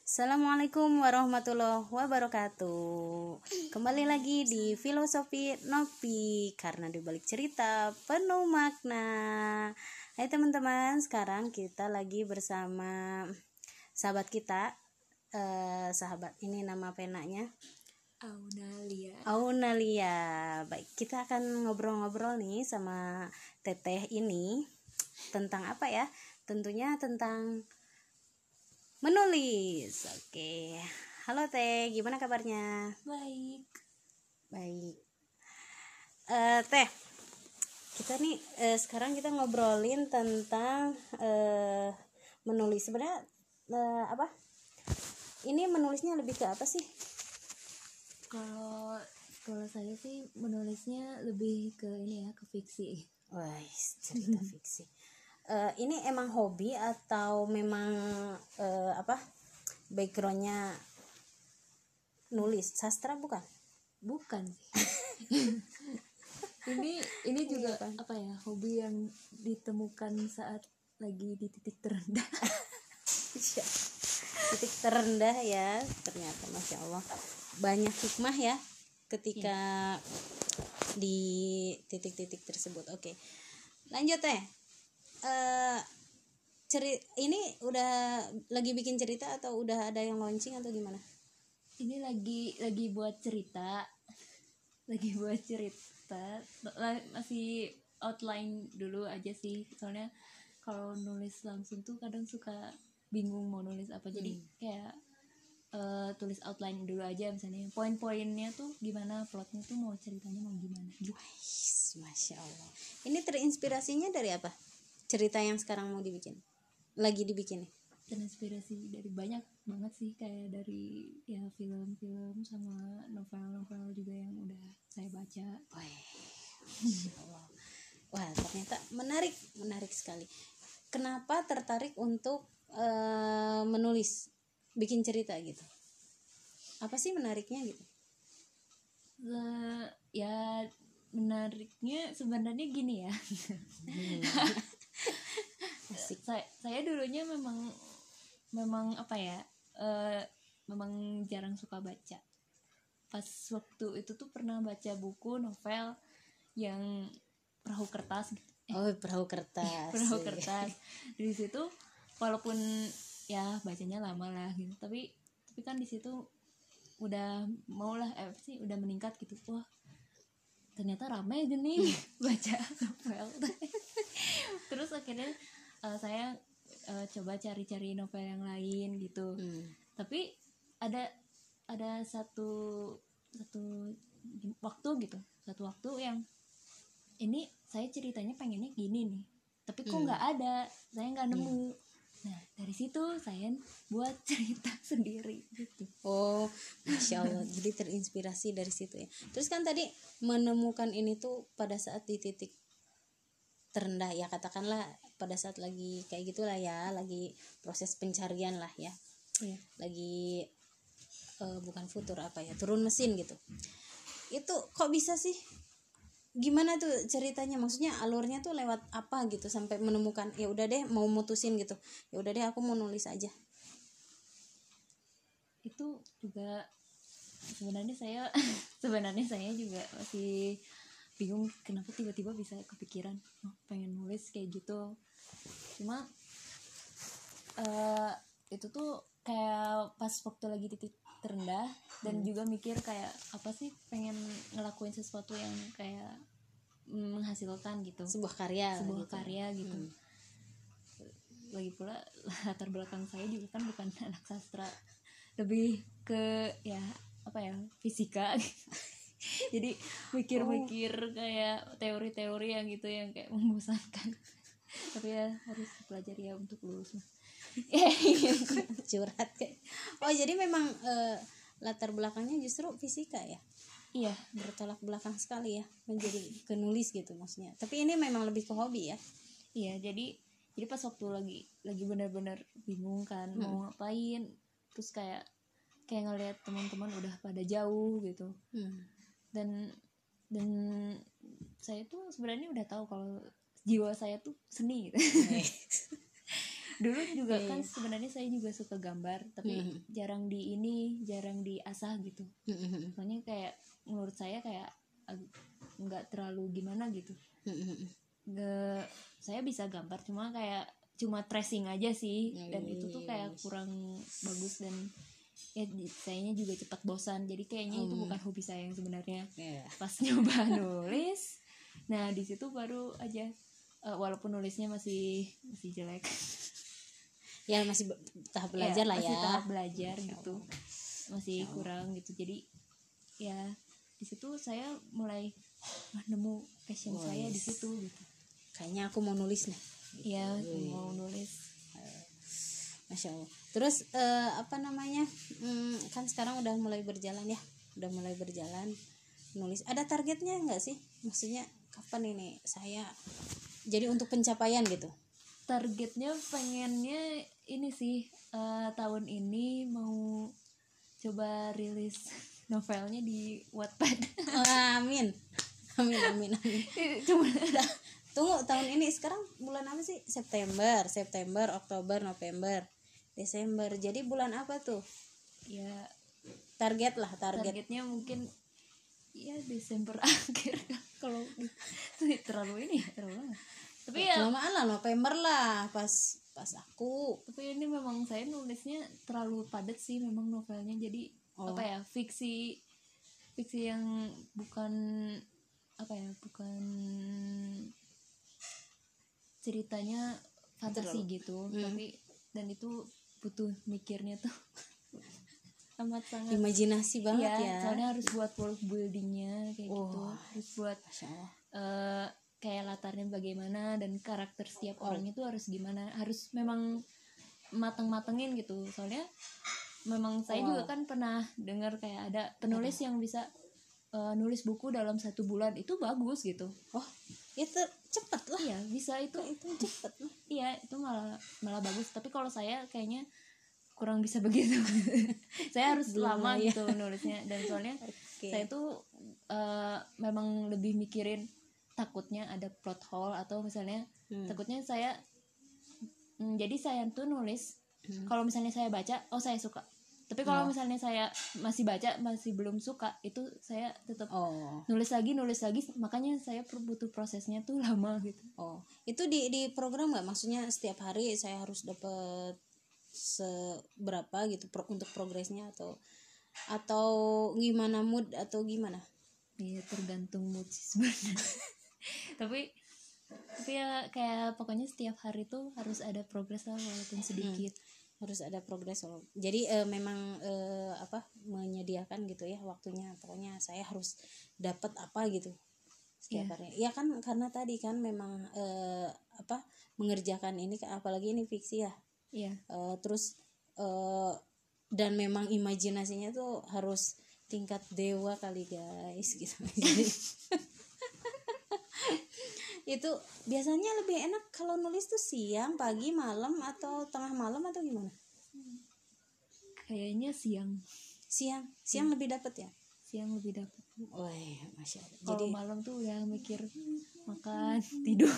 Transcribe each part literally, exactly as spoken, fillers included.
Assalamualaikum warahmatullahi wabarakatuh. Kembali lagi di Filosofi Nopi, karena di balik cerita penuh makna. Hai teman-teman, sekarang kita lagi bersama sahabat kita. eh, Sahabat ini nama penanya Aunalia. Aunalia. Baik, kita akan ngobrol-ngobrol nih sama Teteh ini tentang apa ya? Tentunya tentang menulis. Oke. Halo Teh, gimana kabarnya? Baik. Baik. Eh Teh, kita nih eh, sekarang kita ngobrolin tentang eh, menulis. Sebenarnya eh, apa? Ini menulisnya lebih ke apa sih? Kalau kalau saya sih menulisnya lebih ke ini ya, ke fiksi. Wah, cerita fiksi. Eh, ini emang hobi atau memang eh, apa? Backgroundnya nulis sastra bukan? Bukan sih. ini ini juga Iya, apa ya, hobi yang ditemukan saat lagi di titik terendah. Titik terendah ya, ternyata masya Allah banyak hikmah ya ketika ya. Di titik-titik tersebut. Oke, lanjut Teh. Uh, ceri ini udah lagi bikin cerita atau udah ada yang launching atau gimana? Ini lagi lagi buat cerita, lagi buat cerita, masih outline dulu aja sih, soalnya kalau nulis langsung tuh kadang suka bingung mau nulis apa, jadi hmm. kayak uh, tulis outline dulu aja, misalnya poin-poinnya tuh gimana, plotnya tuh mau ceritanya mau gimana gitu. Masya Allah. Ini terinspirasinya dari apa? Cerita yang sekarang mau dibikin, lagi dibikin nih? Terinspirasi dari banyak banget sih, kayak dari ya film-film sama novel-novel juga yang udah saya baca. Masya Allah. Wah, ternyata menarik, menarik sekali. Kenapa tertarik untuk uh, menulis, bikin cerita gitu? Apa sih menariknya gitu? Uh, ya menariknya sebenarnya gini ya. Hmm. saya, saya dulunya memang memang apa ya, uh, memang jarang suka baca. Pas waktu itu tuh pernah baca buku novel yang perahu kertas gitu. Oh, perahu kertas. Perahu kertas. Di situ walaupun ya bacanya lama lah gitu, tapi tapi kan di situ udah maulah eh sih udah meningkat gitu. Wah, ternyata ramai aja nih baca novel. Terus akhirnya uh, saya uh, coba cari-cari novel yang lain gitu. Hmm. Tapi ada ada satu satu waktu gitu, satu waktu yang ini saya ceritanya pengennya gini nih, tapi kok nggak hmm. ada, saya nggak nemu. Hmm. Nah dari situ saya buat cerita sendiri gitu. Oh, masya Allah. Jadi terinspirasi dari situ ya. Terus kan tadi menemukan ini tuh pada saat di titik terendah ya, katakanlah pada saat lagi kayak gitulah ya, lagi proses pencarian lah ya. Iya. Lagi uh, bukan futur apa ya, turun mesin gitu. Itu kok bisa sih? Gimana tuh ceritanya? Maksudnya alurnya tuh lewat apa gitu sampai menemukan ya udah deh mau mutusin gitu. Ya udah deh aku mau nulis aja. Itu juga sebenarnya saya sebenarnya saya juga masih bingung kenapa tiba-tiba bisa kepikiran oh, pengen nulis kayak gitu. Cuma uh, itu tuh kayak pas waktu lagi titik terendah dan hmm. juga mikir kayak apa sih, pengen ngelakuin sesuatu yang kayak menghasilkan gitu, sebuah karya sebuah gitu. karya gitu. Hmm. Lagi pula latar belakang saya juga kan bukan anak sastra, lebih ke ya apa ya, fisika. Jadi mikir-mikir oh. kayak teori-teori yang gitu yang kayak membosankan. Tapi ya harus pelajari ya untuk lulus mah. Curhat kayak. Oh jadi memang e, latar belakangnya justru fisika ya? Iya, bertolak belakang sekali ya menjadi penulis gitu maksudnya. Tapi ini memang lebih ke hobi ya? Iya, jadi jadi pas waktu lagi lagi benar-benar bingung kan hmm. mau ngapain, terus kayak kayak ngelihat teman-teman udah pada jauh gitu. Hmm. Dan dan saya tuh sebenarnya udah tahu kalau jiwa saya tuh seni gitu. Dulu juga Iya, kan iya. sebenarnya saya juga suka gambar, tapi Mhm. jarang di ini, jarang diasah gitu. Mhm. Soalnya kayak menurut saya kayak ag- nggak terlalu gimana gitu. Mhm. Nggak, saya bisa gambar cuma kayak cuma tracing aja sih, dan itu tuh kayak Yes. kurang bagus, dan ya j- sayanya juga cepat bosan. Jadi kayaknya itu Hmm. bukan hobi saya yang sebenarnya. Iya. Pas nyoba nulis, nah di situ baru aja, eh, walaupun nulisnya masih masih jelek, Ya masih be- tahap belajar ya, lah masih ya. tahap belajar gitu, masih kurang gitu. Jadi ya di situ saya mulai ah, nemu passion saya di situ gitu. Kayaknya aku mau nulis nih. Ya mau nulis. Masya Allah. Terus eh, apa namanya? Hmm, kan sekarang udah mulai berjalan ya, udah mulai berjalan nulis. Ada targetnya nggak sih? Maksudnya kapan ini saya jadi untuk pencapaian gitu? Targetnya pengennya ini sih, eh, tahun ini mau coba rilis novelnya di Wattpad. Oh, amin, amin, amin, amin. Cuma Tunggu, tahun ini sekarang bulan apa sih? September, September, Oktober, November, Desember. Jadi bulan apa tuh? ya Target lah, target. targetnya mungkin ya Desember akhir kalau terlalu ini ya, terlalu lama. Tapi ya Kelamaan lah, November lah, pas pas aku. tapi ini memang saya nulisnya terlalu padat sih memang novelnya. Jadi Oh. apa ya, fiksi fiksi yang bukan apa ya, bukan ceritanya fantasi Terlalu. gitu. Hmm. Tapi dan itu butuh mikirnya tuh amat sangat. Imajinasi banget Iya, ya. soalnya harus buat world buildingnya kayak Oh. gitu, harus buat Masya Allah. eh, kayak latarnya bagaimana, dan karakter setiap Oh. orang itu harus gimana, harus memang mateng-matengin gitu. Soalnya memang saya Wow. juga kan pernah dengar kayak ada penulis yang bisa eh, nulis buku dalam satu bulan, itu bagus gitu. Oh, itu cepet lah. Iya bisa itu, Itu cepet lah. iya itu malah malah bagus. Tapi kalau saya kayaknya kurang bisa begitu. Saya harus Belum lama lah ya. gitu nulisnya, dan soalnya Oke. saya tuh eh, memang lebih mikirin takutnya ada plot hole, atau misalnya Hmm. takutnya saya mm, jadi saya tuh nulis Hmm. kalau misalnya saya baca oh saya suka, tapi kalau Oh. misalnya saya masih baca masih belum suka, itu saya tetap Oh, nulis lagi nulis lagi, makanya saya per- butuh prosesnya tuh lama gitu. oh, itu di di program nggak? Maksudnya setiap hari saya harus dapat seberapa gitu pro, untuk progresnya, atau atau gimana, mood atau gimana? Iya tergantung mood sih sebenarnya. tapi tapi ya kayak pokoknya setiap hari tuh harus ada progres lah walaupun sedikit. Harus ada progres. Jadi eh, memang eh, apa menyediakan gitu ya waktunya. Pokoknya saya harus dapat apa gitu setiap Iya. hari. Ya kan karena tadi kan memang eh, apa mengerjakan ini, apalagi ini fiksi ya. Iya. Eh, terus eh, dan memang imajinasinya tuh harus tingkat dewa kali guys gitu. Jadi, itu biasanya lebih enak kalau nulis tuh siang, pagi, malam, atau tengah malam, atau gimana? Kayaknya siang. Siang, siang lebih dapat ya. Siang lebih dapat. Wah, masya Allah. Kalau Jadi malam tuh udah mikir makan, tidur.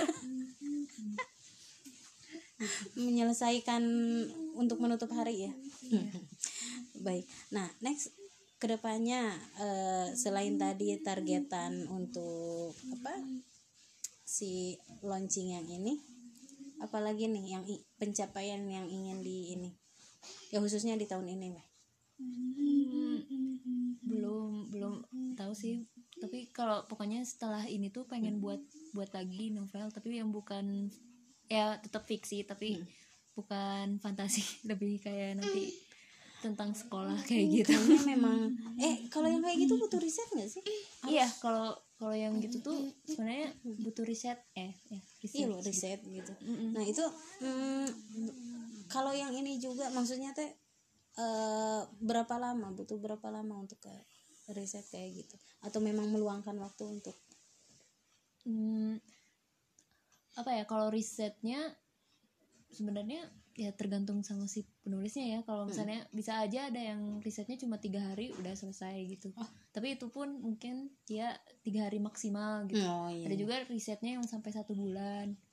menyelesaikan untuk menutup hari ya. Baik. Nah, next kedepannya eh, selain tadi targetan untuk apa si launching yang ini, apalagi nih yang i- pencapaian yang ingin di ini ya, khususnya di tahun ini, Meh? Hmm, belum belum tahu sih. Tapi kalau pokoknya setelah ini tuh pengen buat buat lagi novel, tapi yang bukan ya tetap fiksi, tapi bukan fantasi. Lebih kayak nanti tentang sekolah kayak gitu. Kayaknya memang eh kalau yang kayak gitu butuh riset nggak sih? Iya, kalau kalau yang gitu tuh sebenarnya butuh riset eh ya Iya loh, riset. riset gitu. Mm-mm. Nah itu mm, kalau yang ini juga maksudnya teh eh, berapa lama, butuh berapa lama untuk ke riset kayak gitu, atau memang meluangkan waktu untuk Hmm, apa ya, kalau risetnya sebenarnya ya tergantung sama si penulisnya ya. Kalau misalnya bisa aja ada yang risetnya cuma tiga hari udah selesai gitu. Oh. Tapi itu pun mungkin ya tiga hari maksimal gitu. oh, iya. Ada juga risetnya yang sampai satu bulan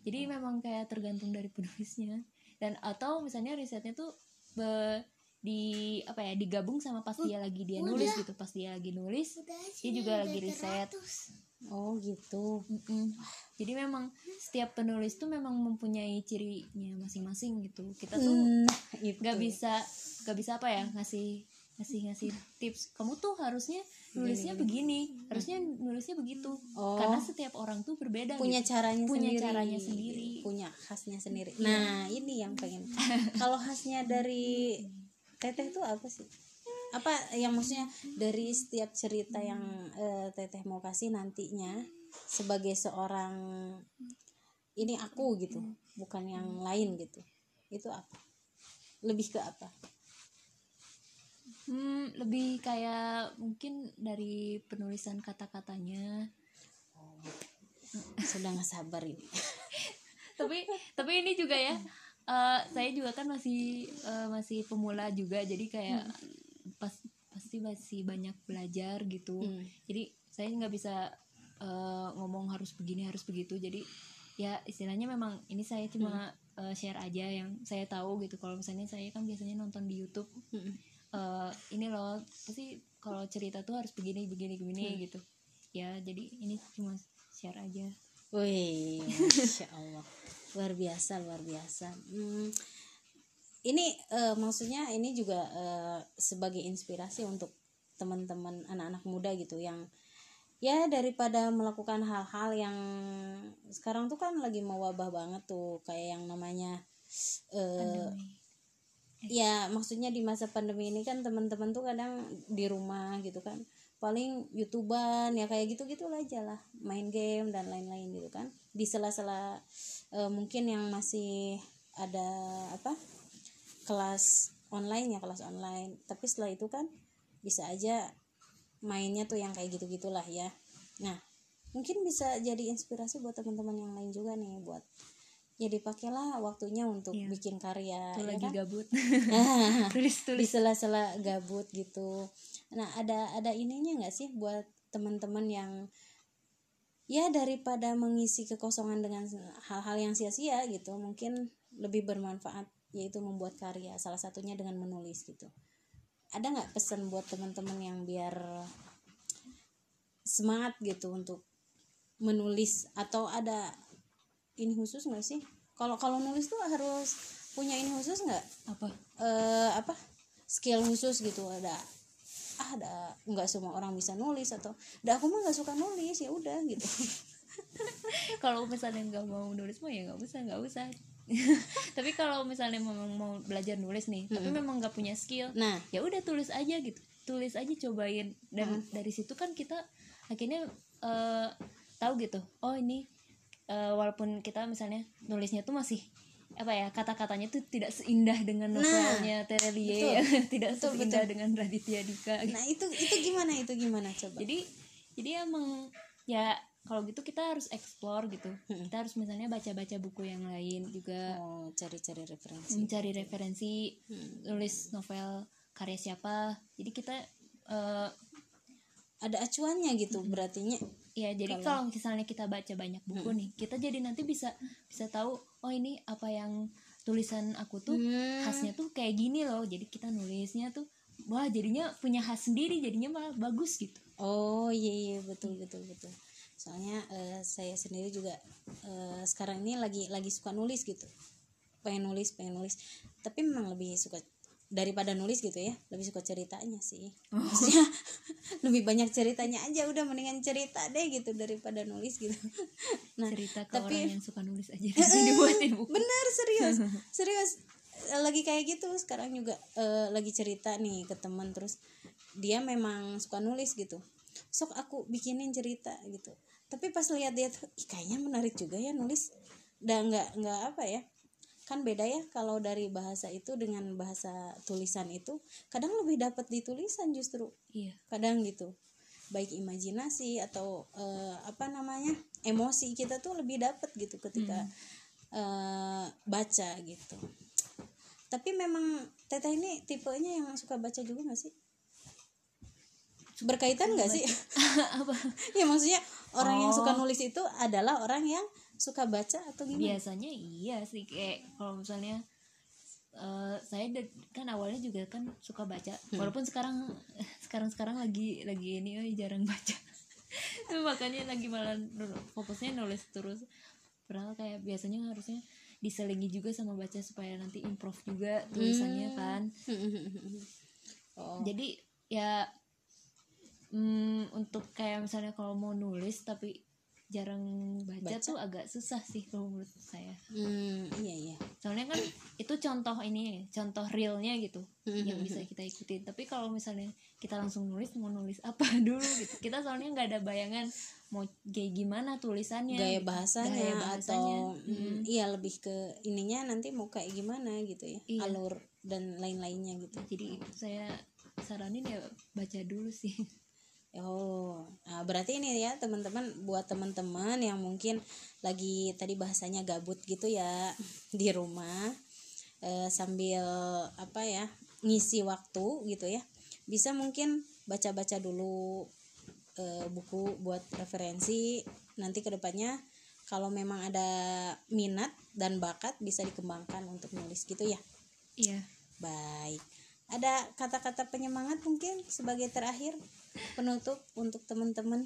Jadi memang kayak tergantung dari penulisnya. Dan atau misalnya risetnya tuh be, di apa ya digabung sama pas dia lagi dia nulis gitu, pas dia lagi nulis dia juga lagi riset. Oh gitu. Mm-mm. Jadi memang setiap penulis tuh memang mempunyai cirinya masing-masing gitu. Kita tuh nggak hmm, bisa nggak bisa apa ya ngasih ngasih ngasih tips. Kamu tuh harusnya nulisnya begini, begini. harusnya nulisnya begitu. Oh. Karena setiap orang tuh berbeda. Punya gitu. caranya punya sendiri. caranya sendiri. Punya khasnya sendiri. Nah ini yang pengen. Kalau khasnya dari Teteh tuh apa sih? Apa yang maksudnya dari setiap cerita yang uh, Teteh mau kasih nantinya sebagai seorang ini aku gitu, bukan yang lain gitu, itu apa? Lebih ke apa? Hmm, lebih kayak mungkin dari penulisan kata-katanya. Oh, sudah nggak sabar ini. tapi tapi ini juga ya, uh, saya juga kan masih uh, masih pemula juga, jadi kayak hmm. pas pasti masih banyak belajar gitu. Hmm. Jadi saya nggak bisa uh, ngomong harus begini harus begitu. Jadi ya istilahnya memang ini saya cuma hmm. uh, share aja yang saya tahu gitu. Kalau misalnya saya kan biasanya nonton di YouTube, hmm. uh, ini loh pasti kalau cerita tuh harus begini begini begini hmm. gitu. Ya jadi ini cuma share aja. Wih, Masya Allah, luar biasa luar biasa. Hmm. Ini uh, maksudnya ini juga uh, sebagai inspirasi untuk teman-teman anak-anak muda gitu yang ya daripada melakukan hal-hal yang sekarang tuh kan lagi mewabah banget tuh kayak yang namanya uh, ya maksudnya di masa pandemi ini kan teman-teman tuh kadang di rumah gitu kan paling YouTuber ya kayak gitu-gitu aja lah, main game dan lain-lain gitu kan di sela-sela uh, mungkin yang masih ada apa kelas online ya kelas online, tapi setelah itu kan bisa aja mainnya tuh yang kayak gitu-gitulah ya. Nah mungkin bisa jadi inspirasi buat teman-teman yang lain juga nih, buat ya dipakailah waktunya untuk iya. bikin karya tuh ya lagi kan? Gabut tulis tulis di sela-sela gabut gitu. Nah ada ada ininya nggak sih buat teman-teman yang ya daripada mengisi kekosongan dengan hal-hal yang sia-sia gitu, mungkin lebih bermanfaat yaitu membuat karya, salah satunya dengan menulis gitu. Ada nggak pesan buat teman-teman yang biar semangat gitu untuk menulis, atau ada ini khusus nggak sih? Kalau kalau nulis tuh harus punya ini khusus nggak? Apa? Eh apa? Skill khusus gitu ada? Ah, ada nggak semua orang bisa nulis, atau dah aku mah nggak suka nulis ya udah gitu. Kalau misalnya nggak mau nulis mah ya nggak usah nggak usah. Tapi kalau misalnya memang mau belajar nulis nih, hmm. tapi memang nggak punya skill, nah ya udah tulis aja gitu, tulis aja cobain, dan hmm. dari situ kan kita akhirnya uh, tahu gitu, oh ini uh, walaupun kita misalnya nulisnya tuh masih apa ya kata-katanya tuh tidak seindah dengan novelnya nah, Terelie ya, tidak betul, seindah betul. dengan Raditya Dika. Nah itu itu gimana itu gimana coba? Jadi jadi emang ya kalau gitu kita harus explore gitu. Hmm. Kita harus misalnya baca-baca buku yang lain juga. Oh, cari-cari referensi. Mencari referensi, hmm. nulis novel karya siapa. Jadi kita uh, ada acuannya gitu, hmm. berartinya. Ya, jadi kalau, kalau misalnya kita baca banyak buku hmm. nih, kita jadi nanti bisa bisa tahu, oh ini apa yang tulisan aku tuh hmm. khasnya tuh kayak gini loh. Jadi kita nulisnya tuh wah, jadinya punya khas sendiri, jadinya malah bagus gitu. Oh, iya iya betul betul betul. Soalnya uh, saya sendiri juga uh, sekarang ini lagi lagi suka nulis gitu, pengen nulis pengen nulis tapi memang lebih suka daripada nulis gitu ya, lebih suka ceritanya sih. Maksudnya lebih banyak ceritanya aja, udah mendingan cerita deh gitu daripada nulis gitu. Nah cerita ke tapi, orang yang suka nulis aja dibuatin buku. Bener serius serius lagi kayak gitu sekarang juga uh, lagi cerita nih ke teman, terus dia memang suka nulis gitu, sok aku bikinin cerita gitu. Tapi pas lihat dia tuh, ih kayaknya menarik juga ya nulis. Dan nggak nggak apa ya, kan beda ya kalau dari bahasa itu dengan bahasa tulisan itu, kadang lebih dapat di tulisan justru. Iya. Kadang gitu, baik imajinasi atau uh, apa namanya emosi kita tuh lebih dapat gitu ketika hmm. uh, baca gitu. Tapi memang Teteh ini tipenya yang suka baca juga nggak sih? Berkaitan nggak sih? Apa? Ya maksudnya orang oh. yang suka nulis itu adalah orang yang suka baca atau gimana? Biasanya iya sih, kayak kalau misalnya uh, saya de- kan awalnya juga kan suka baca, Hmm. walaupun sekarang sekarang sekarang lagi lagi ini oh, jarang baca. Makanya lagi malah fokusnya nulis terus, padahal kayak biasanya harusnya diselingi juga sama baca supaya nanti improve juga tulisannya kan. Oh. Jadi ya mm, untuk kayak misalnya kalau mau nulis tapi jarang baca, Baca? tuh agak susah sih kalau menurut saya. Hmm, iya iya. Soalnya kan itu contoh ini, contoh realnya gitu yang bisa kita ikutin. Tapi kalau misalnya kita langsung nulis, mau nulis apa dulu gitu, kita soalnya nggak ada bayangan mau kayak gimana tulisannya, Gaya gitu. bahasanya, Gaya bahasanya. atau mm, iya lebih ke ininya nanti mau kayak gimana gitu ya, Iya. alur dan lain-lainnya gitu. Jadi saya saranin ya baca dulu sih. Oh, nah berarti ini ya teman-teman, buat teman-teman yang mungkin lagi tadi bahasanya gabut gitu ya di rumah, eh, sambil apa ya ngisi waktu gitu ya, bisa mungkin baca-baca dulu eh, buku buat referensi, nanti kedepannya kalau memang ada minat dan bakat bisa dikembangkan untuk nulis gitu ya. Iya. Baik, ada kata-kata penyemangat mungkin sebagai terakhir penutup untuk teman-teman,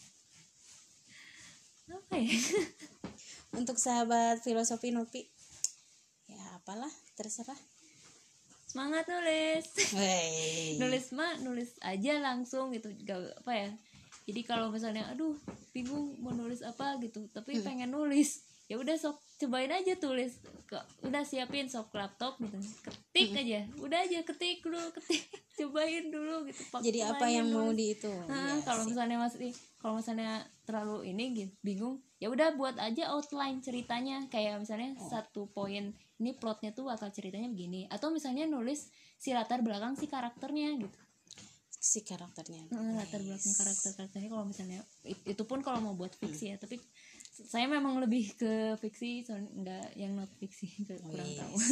Apa ya? untuk sahabat filosofi Nopi, ya apalah terserah. Semangat nulis. Wey. Nulis mah nulis aja langsung gitu, gak apa ya. Jadi kalau misalnya aduh bingung mau nulis apa gitu, tapi Hmm. pengen nulis, ya udah sok cobain aja tulis. Ke- udah siapin sok laptop gitu, ketik Hmm. aja, udah aja ketik dulu, ketik cobain dulu gitu. Pak- Jadi apa main yang mau nulis. di itu? Nah, Iya, kalau sip. misalnya masih kalau misalnya terlalu ini gitu, bingung, ya udah buat aja outline ceritanya, kayak misalnya Oh. satu poin ini plotnya tuh bakal ceritanya begini, atau misalnya nulis si latar belakang si karakternya gitu. Si karakternya. Heeh, latar Nice. belakang karakter-karakternya kalau misalnya it- itu pun kalau mau buat fiksi ya, tapi saya memang lebih ke fiksi, soalnya enggak yang not fiksi, kurang Wis. tahu.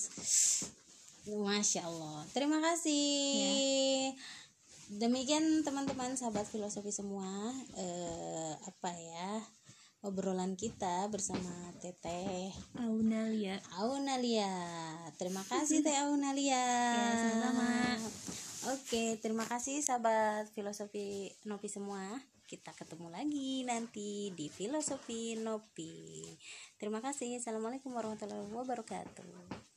Masya Allah, terima kasih. Demikian teman-teman sahabat filosofi semua, eh, apa ya obrolan kita bersama Teteh Aunalia. Aunalia. Terima kasih Teh Aunalia. Ya, sama-sama. Oke, terima kasih sahabat filosofi Nopi semua. Kita ketemu lagi nanti di Filosofi Nopi. Terima kasih. Assalamualaikum warahmatullahi wabarakatuh.